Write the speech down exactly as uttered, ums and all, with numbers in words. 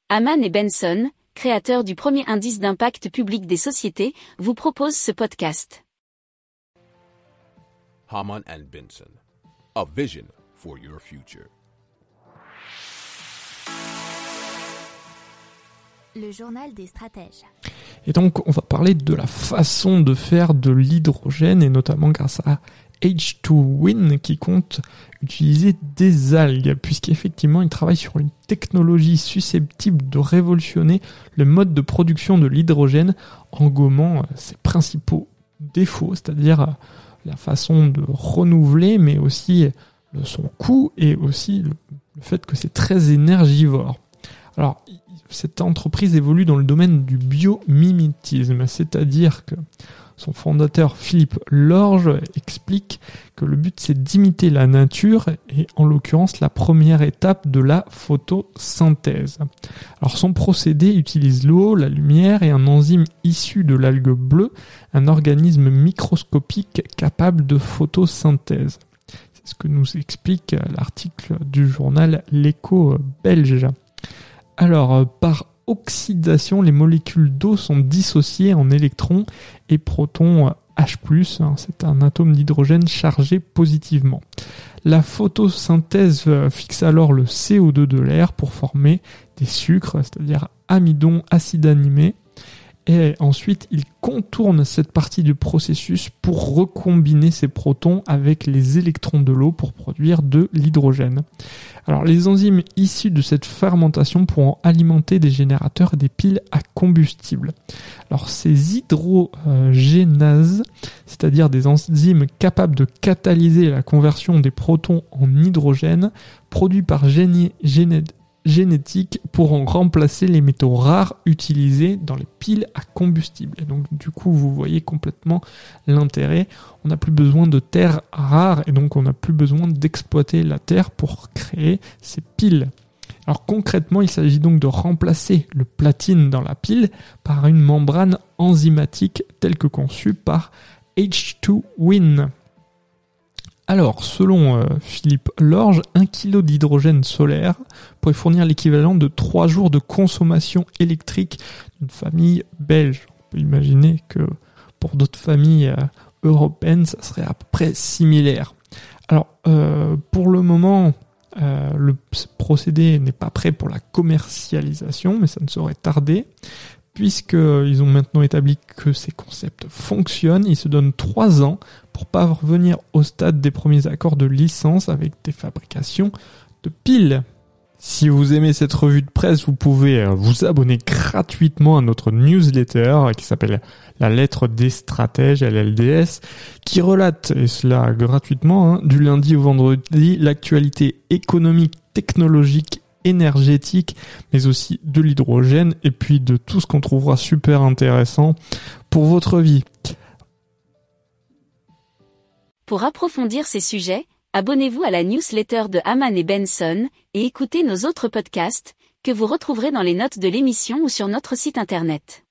Hamann et Benson, créateurs du premier indice d'impact public des sociétés, vous proposent ce podcast. Hamann and Benson, a vision for your future. Le journal des stratèges. Et donc, on va parler de la façon de faire de l'hydrogène, et notamment grâce à H deux Win qui compte utiliser des algues, puisqu'effectivement, il travaille sur une technologie susceptible de révolutionner le mode de production de l'hydrogène en gommant ses principaux défauts, c'est-à-dire la façon de renouveler, mais aussi son coût et aussi le fait que c'est très énergivore. Alors, cette entreprise évolue dans le domaine du biomimétisme, c'est-à-dire que son fondateur Philippe Lorge explique que le but c'est d'imiter la nature et en l'occurrence la première étape de la photosynthèse. Alors son procédé utilise l'eau, la lumière et un enzyme issu de l'algue bleue, un organisme microscopique capable de photosynthèse. C'est ce que nous explique l'article du journal L'Écho belge. Alors, par oxydation, les molécules d'eau sont dissociées en électrons et protons H plus, c'est un atome d'hydrogène chargé positivement. La photosynthèse fixe alors le C O deux de l'air pour former des sucres, c'est-à-dire amidon, acide aminé. Et ensuite, il contourne cette partie du processus pour recombiner ces protons avec les électrons de l'eau pour produire de l'hydrogène. Alors, les enzymes issues de cette fermentation pourront alimenter des générateurs et des piles à combustible. Alors, ces hydrogénases, c'est-à-dire des enzymes capables de catalyser la conversion des protons en hydrogène, produits par génie, géné, génétique pourront remplacer les métaux rares utilisés dans les piles à combustible. Et donc du coup vous voyez complètement l'intérêt. On n'a plus besoin de terres rares et donc on n'a plus besoin d'exploiter la terre pour créer ces piles. Alors concrètement il s'agit donc de remplacer le platine dans la pile par une membrane enzymatique telle que conçue par H deux Win. Alors, selon euh, Philippe Lorge, un kilo d'hydrogène solaire pourrait fournir l'équivalent de trois jours de consommation électrique d'une famille belge. On peut imaginer que pour d'autres familles euh, européennes, ça serait à peu près similaire. Alors, euh, pour le moment, euh, le procédé n'est pas prêt pour la commercialisation, mais ça ne saurait tarder. Puisqu'ils ont maintenant établi que ces concepts fonctionnent, ils se donnent trois ans pour parvenir au stade des premiers accords de licence avec des fabrications de piles. Si vous aimez cette revue de presse, vous pouvez vous abonner gratuitement à notre newsletter qui s'appelle La Lettre des Stratèges, L L D S, qui relate, et cela gratuitement, hein, du lundi au vendredi, l'actualité économique, technologique, énergétique, mais aussi de l'hydrogène et puis de tout ce qu'on trouvera super intéressant pour votre vie. Pour approfondir ces sujets, abonnez-vous à la newsletter de Hamann et Benson et écoutez nos autres podcasts que vous retrouverez dans les notes de l'émission ou sur notre site internet.